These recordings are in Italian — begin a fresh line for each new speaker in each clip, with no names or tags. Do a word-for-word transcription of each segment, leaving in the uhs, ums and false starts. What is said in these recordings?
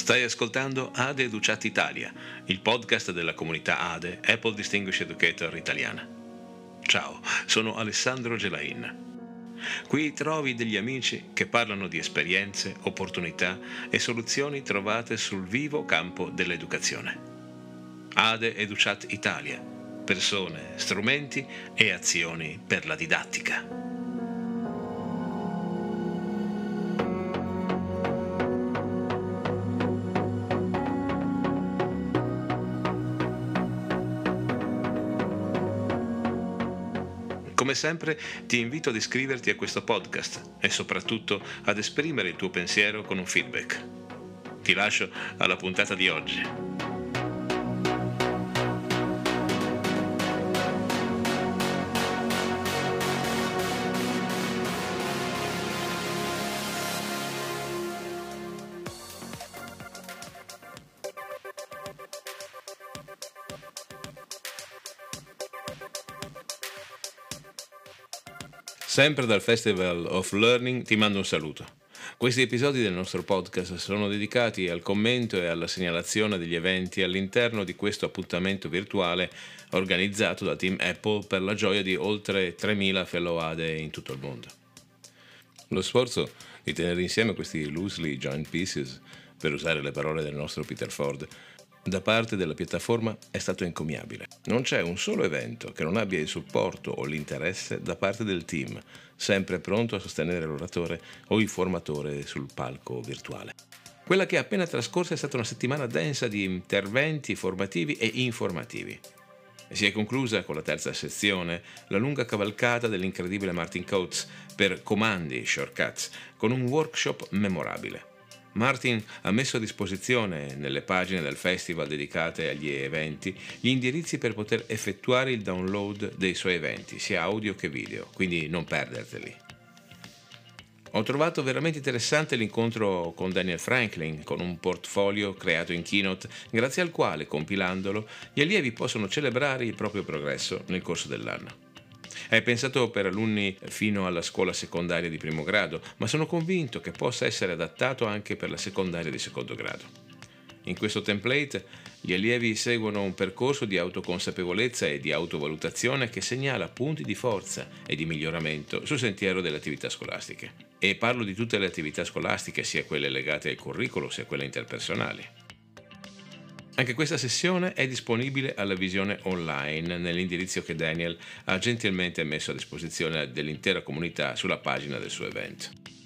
Stai ascoltando ADE Educat Italia, il podcast della comunità ADE, Apple Distinguished Educator italiana. Ciao, sono Alessandro Gelain. Qui trovi degli amici che parlano di esperienze, opportunità e soluzioni trovate sul vivo campo dell'educazione. ADE Educat Italia, persone, strumenti e azioni per la didattica. Come sempre ti invito ad iscriverti a questo podcast e soprattutto ad esprimere il tuo pensiero con un feedback. Ti lascio alla puntata di oggi. Sempre dal Festival of Learning ti mando un saluto. Questi episodi del nostro podcast sono dedicati al commento e alla segnalazione degli eventi all'interno di questo appuntamento virtuale organizzato da Team Apple per la gioia di oltre tremila fellow ADE in tutto il mondo. Lo sforzo di tenere insieme questi loosely joined pieces, per usare le parole del nostro Peter Ford, da parte della piattaforma è stato encomiabile. Non c'è un solo evento che non abbia il supporto o l'interesse da parte del team, sempre pronto a sostenere l'oratore o il formatore sul palco virtuale. Quella che è appena trascorsa è stata una settimana densa di interventi formativi e informativi. Si è conclusa con la terza sezione la lunga cavalcata dell'incredibile Martin Coates per comandi shortcuts, con un workshop memorabile. Martin ha messo a disposizione nelle pagine del festival dedicate agli eventi gli indirizzi per poter effettuare il download dei suoi eventi, sia audio che video, quindi non perderteli. Ho trovato veramente interessante l'incontro con Daniel Franklin, con un portfolio creato in Keynote, grazie al quale, compilandolo, gli allievi possono celebrare il proprio progresso nel corso dell'anno. È pensato per alunni fino alla scuola secondaria di primo grado, ma sono convinto che possa essere adattato anche per la secondaria di secondo grado. In questo template gli allievi seguono un percorso di autoconsapevolezza e di autovalutazione che segnala punti di forza e di miglioramento sul sentiero delle attività scolastiche. E parlo di tutte le attività scolastiche, sia quelle legate al curriculum sia quelle interpersonali. Anche questa sessione è disponibile alla visione online nell'indirizzo che Daniel ha gentilmente messo a disposizione dell'intera comunità sulla pagina del suo evento.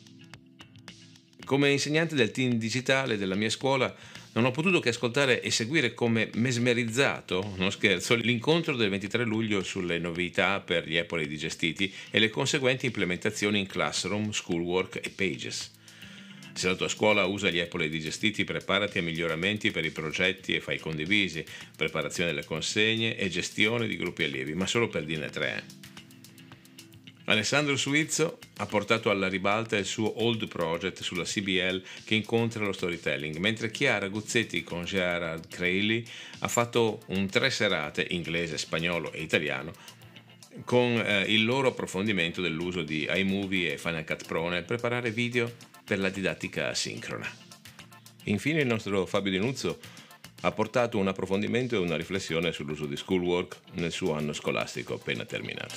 Come insegnante del team digitale della mia scuola non ho potuto che ascoltare e seguire come mesmerizzato, non scherzo, l'incontro del ventitré luglio sulle novità per gli Apple digestiti e le conseguenti implementazioni in Classroom, Schoolwork e Pages. Se la tua scuola usa gli Apple digestiti, preparati a miglioramenti per i progetti e file condivisi, preparazione delle consegne e gestione di gruppi allievi, ma solo per dirne tre. Alessandro Suizzo ha portato alla ribalta il suo Old Project sulla C B L che incontra lo storytelling, mentre Chiara Guzzetti con Gerard Crayley ha fatto un tre serate, inglese, spagnolo e italiano, con eh, il loro approfondimento dell'uso di iMovie e Final Cut Pro nel preparare video per la didattica asincrona. Infine il nostro Fabio Di Nuzzo ha portato un approfondimento e una riflessione sull'uso di Schoolwork nel suo anno scolastico appena terminato.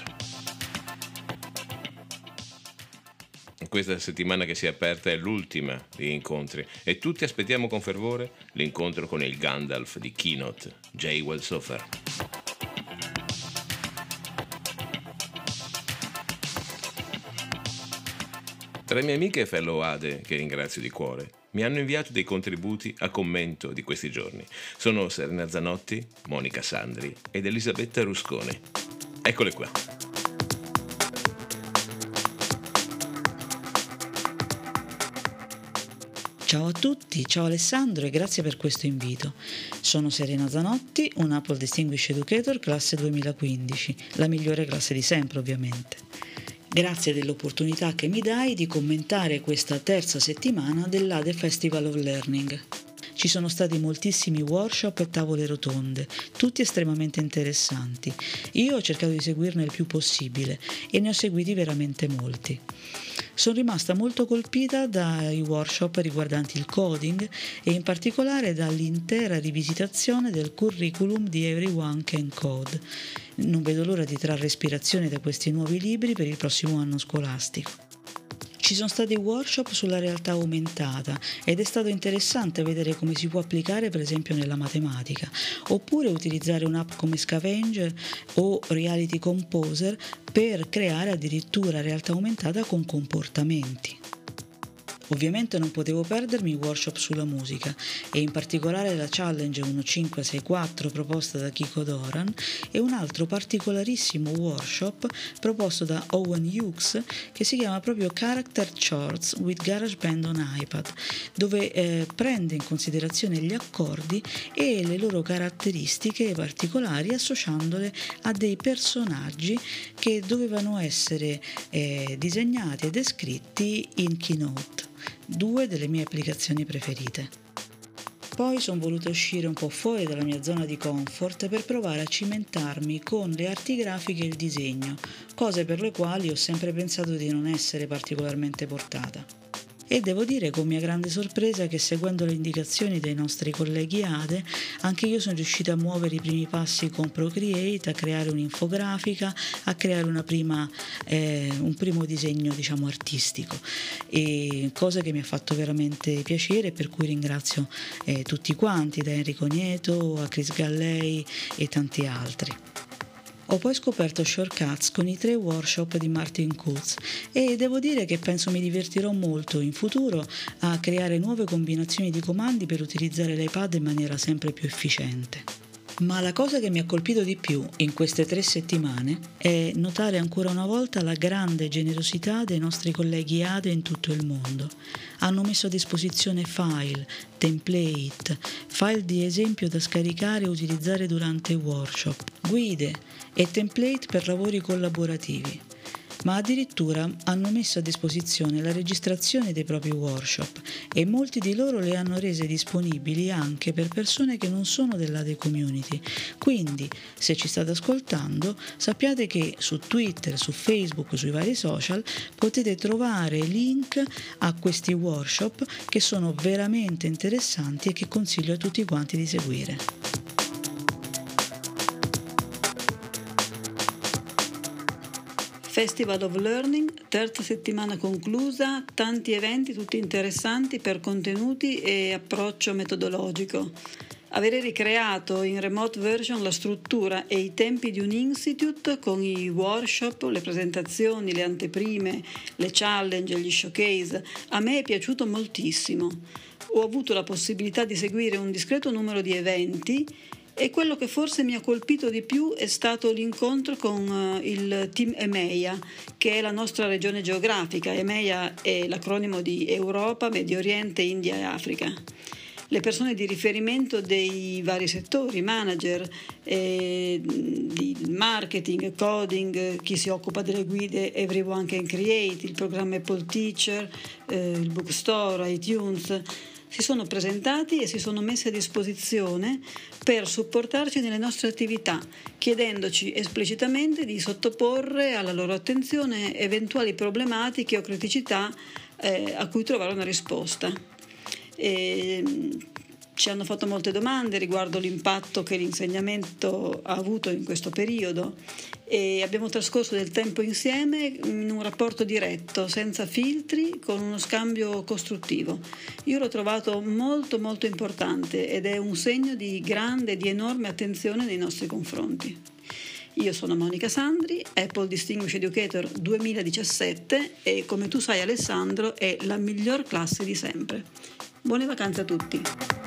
Questa settimana che si è aperta è l'ultima di incontri e tutti aspettiamo con fervore l'incontro con il Gandalf di Keynote, Jay Wellsofer. Tra le mie amiche e fellow ADE, che ringrazio di cuore, mi hanno inviato dei contributi a commento di questi giorni. Sono Serena Zanotti, Monica Sandri ed Elisabetta Rusconi. Eccole qua.
Ciao a tutti, ciao Alessandro e grazie per questo invito. Sono Serena Zanotti, un Apple Distinguished Educator classe duemilaquindici, la migliore classe di sempre ovviamente. Grazie dell'opportunità che mi dai di commentare questa terza settimana dell'ADE Festival of Learning. Ci sono stati moltissimi workshop e tavole rotonde, tutti estremamente interessanti. Io ho cercato di seguirne il più possibile e ne ho seguiti veramente molti. Sono rimasta molto colpita dai workshop riguardanti il coding e in particolare dall'intera rivisitazione del curriculum di Everyone Can Code. Non vedo l'ora di trarre ispirazione da questi nuovi libri per il prossimo anno scolastico. Ci sono stati workshop sulla realtà aumentata ed è stato interessante vedere come si può applicare per esempio nella matematica, oppure utilizzare un'app come Scavenger o Reality Composer per creare addirittura realtà aumentata con comportamenti. Ovviamente non potevo perdermi i workshop sulla musica e in particolare la Challenge quindici sei quattro proposta da Kiko Doran e un altro particolarissimo workshop proposto da Owen Hughes che si chiama proprio Character Charts with GarageBand on iPad, dove eh, prende in considerazione gli accordi e le loro caratteristiche particolari associandole a dei personaggi che dovevano essere eh, disegnati e descritti in Keynote, due delle mie applicazioni preferite. Poi sono voluta uscire un po' fuori dalla mia zona di comfort per provare a cimentarmi con le arti grafiche e il disegno, cose per le quali ho sempre pensato di non essere particolarmente portata. E devo dire con mia grande sorpresa che seguendo le indicazioni dei nostri colleghi A D E anche io sono riuscita a muovere i primi passi con Procreate, a creare un'infografica, a creare una prima, eh, un primo disegno diciamo artistico, e cosa che mi ha fatto veramente piacere e per cui ringrazio eh, tutti quanti, da Enrico Nieto a Chris Gallei e tanti altri. Ho poi scoperto Shortcuts con i tre workshop di Martin Kutz e devo dire che penso mi divertirò molto in futuro a creare nuove combinazioni di comandi per utilizzare l'iPad in maniera sempre più efficiente. Ma la cosa che mi ha colpito di più in queste tre settimane è notare ancora una volta la grande generosità dei nostri colleghi A D E in tutto il mondo. Hanno messo a disposizione file, template, file di esempio da scaricare e utilizzare durante i workshop, guide e template per lavori collaborativi. Ma addirittura hanno messo a disposizione la registrazione dei propri workshop e molti di loro le hanno rese disponibili anche per persone che non sono dell'A D E Community. Quindi, se ci state ascoltando, sappiate che su Twitter, su Facebook, sui vari social potete trovare link a questi workshop che sono veramente interessanti e che consiglio a tutti quanti di seguire.
Festival of Learning, terza settimana conclusa, tanti eventi tutti interessanti per contenuti e approccio metodologico. Avere ricreato in remote version la struttura e i tempi di un institute con i workshop, le presentazioni, le anteprime, le challenge, gli showcase, a me è piaciuto moltissimo. Ho avuto la possibilità di seguire un discreto numero di eventi e quello che forse mi ha colpito di più è stato l'incontro con uh, il team EMEA, che è la nostra regione geografica. EMEA è l'acronimo di Europa, Medio Oriente, India e Africa. Le persone di riferimento dei vari settori, manager, eh, di marketing, coding, chi si occupa delle guide Everyone Can Create, il programma Apple Teacher, eh, il bookstore, iTunes, si sono presentati e si sono messi a disposizione per supportarci nelle nostre attività, chiedendoci esplicitamente di sottoporre alla loro attenzione eventuali problematiche o criticità eh, a cui trovare una risposta. E ci hanno fatto molte domande riguardo l'impatto che l'insegnamento ha avuto in questo periodo e abbiamo trascorso del tempo insieme in un rapporto diretto, senza filtri, con uno scambio costruttivo. Io l'ho trovato molto molto importante ed è un segno di grande, di enorme attenzione nei nostri confronti. Io sono Monica Sandri, Apple Distinguished Educator duemiladiciassette e come tu sai Alessandro è la miglior classe di sempre. Buone vacanze a tutti!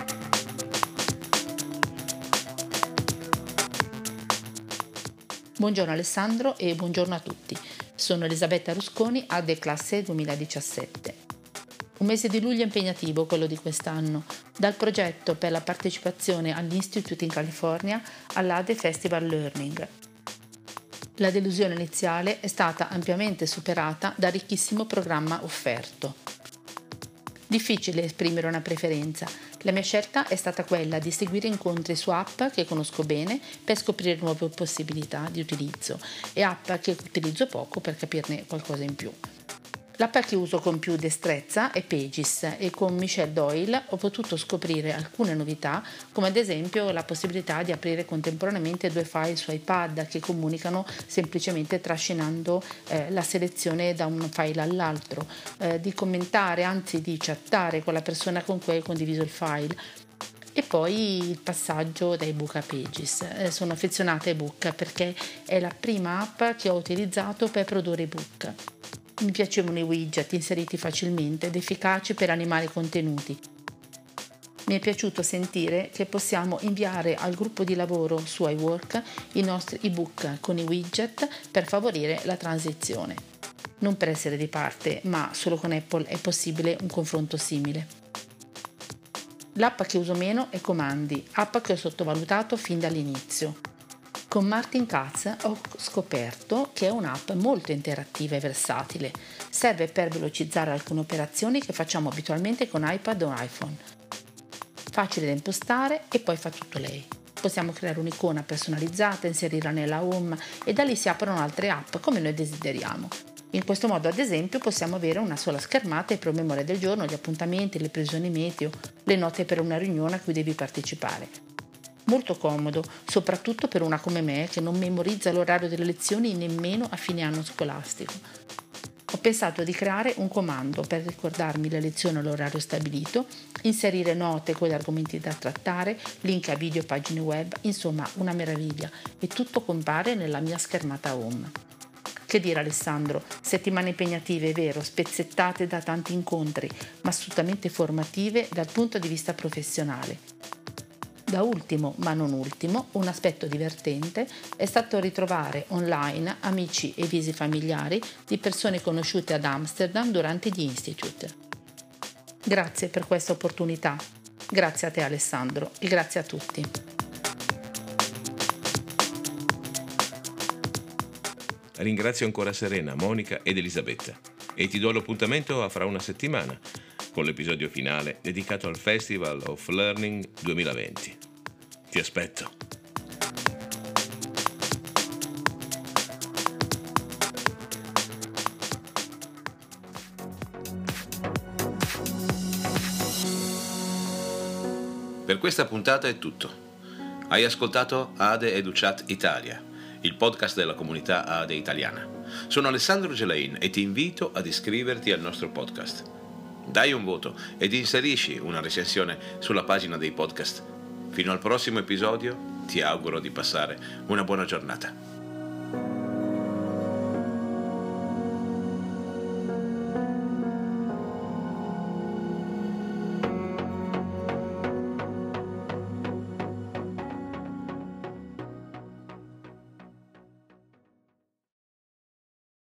Buongiorno Alessandro e buongiorno a tutti. Sono Elisabetta Rusconi, A D E classe duemiladiciassette. Un mese di luglio impegnativo quello di quest'anno, dal progetto per la partecipazione all'Institute in California all'A D E Festival Learning. La delusione iniziale è stata ampiamente superata dal ricchissimo programma offerto. Difficile esprimere una preferenza. La mia scelta è stata quella di seguire incontri su app che conosco bene per scoprire nuove possibilità di utilizzo e app che utilizzo poco per capirne qualcosa in più. L'app che uso con più destrezza è Pages e con Michelle Doyle ho potuto scoprire alcune novità, come ad esempio la possibilità di aprire contemporaneamente due file su iPad che comunicano semplicemente trascinando eh, la selezione da un file all'altro, eh, di commentare, anzi di chattare con la persona con cui hai condiviso il file. E poi il passaggio da ebook a Pages. Eh, sono affezionata a ebook perché è la prima app che ho utilizzato per produrre ebook. Mi piacevano i widget inseriti facilmente ed efficaci per animare i contenuti. Mi è piaciuto sentire che possiamo inviare al gruppo di lavoro su iWork i nostri ebook con i widget per favorire la transizione. Non per essere di parte, ma solo con Apple è possibile un confronto simile. L'app che uso meno è Comandi, app che ho sottovalutato fin dall'inizio. Con Martin Katz ho scoperto che è un'app molto interattiva e versatile. Serve per velocizzare alcune operazioni che facciamo abitualmente con iPad o iPhone. Facile da impostare e poi fa tutto lei. Possiamo creare un'icona personalizzata, inserirla nella home e da lì si aprono altre app come noi desideriamo. In questo modo, ad esempio, possiamo avere una sola schermata e il promemoria del giorno, gli appuntamenti, le previsioni meteo, le note per una riunione a cui devi partecipare. Molto comodo, soprattutto per una come me che non memorizza l'orario delle lezioni nemmeno a fine anno scolastico. Ho pensato di creare un comando per ricordarmi le lezioni all'orario stabilito, inserire note con gli argomenti da trattare, link a video e pagine web, insomma una meraviglia, e tutto compare nella mia schermata home. Che dire Alessandro, settimane impegnative, è vero, spezzettate da tanti incontri, ma assolutamente formative dal punto di vista professionale. Da ultimo, ma non ultimo, un aspetto divertente è stato ritrovare online amici e visi familiari di persone conosciute ad Amsterdam durante gli Institute. Grazie per questa opportunità. Grazie a te Alessandro e grazie a tutti.
Ringrazio ancora Serena, Monica ed Elisabetta e ti do l'appuntamento a fra una settimana con l'episodio finale dedicato al Festival of Learning duemilaventi. Ti aspetto. Per questa puntata è tutto. Hai ascoltato Ade EduChat Italia, il podcast della comunità Ade italiana. Sono Alessandro Gelain e ti invito ad iscriverti al nostro podcast. Dai un voto ed inserisci una recensione sulla pagina dei podcast. Fino al prossimo episodio, ti auguro di passare una buona giornata.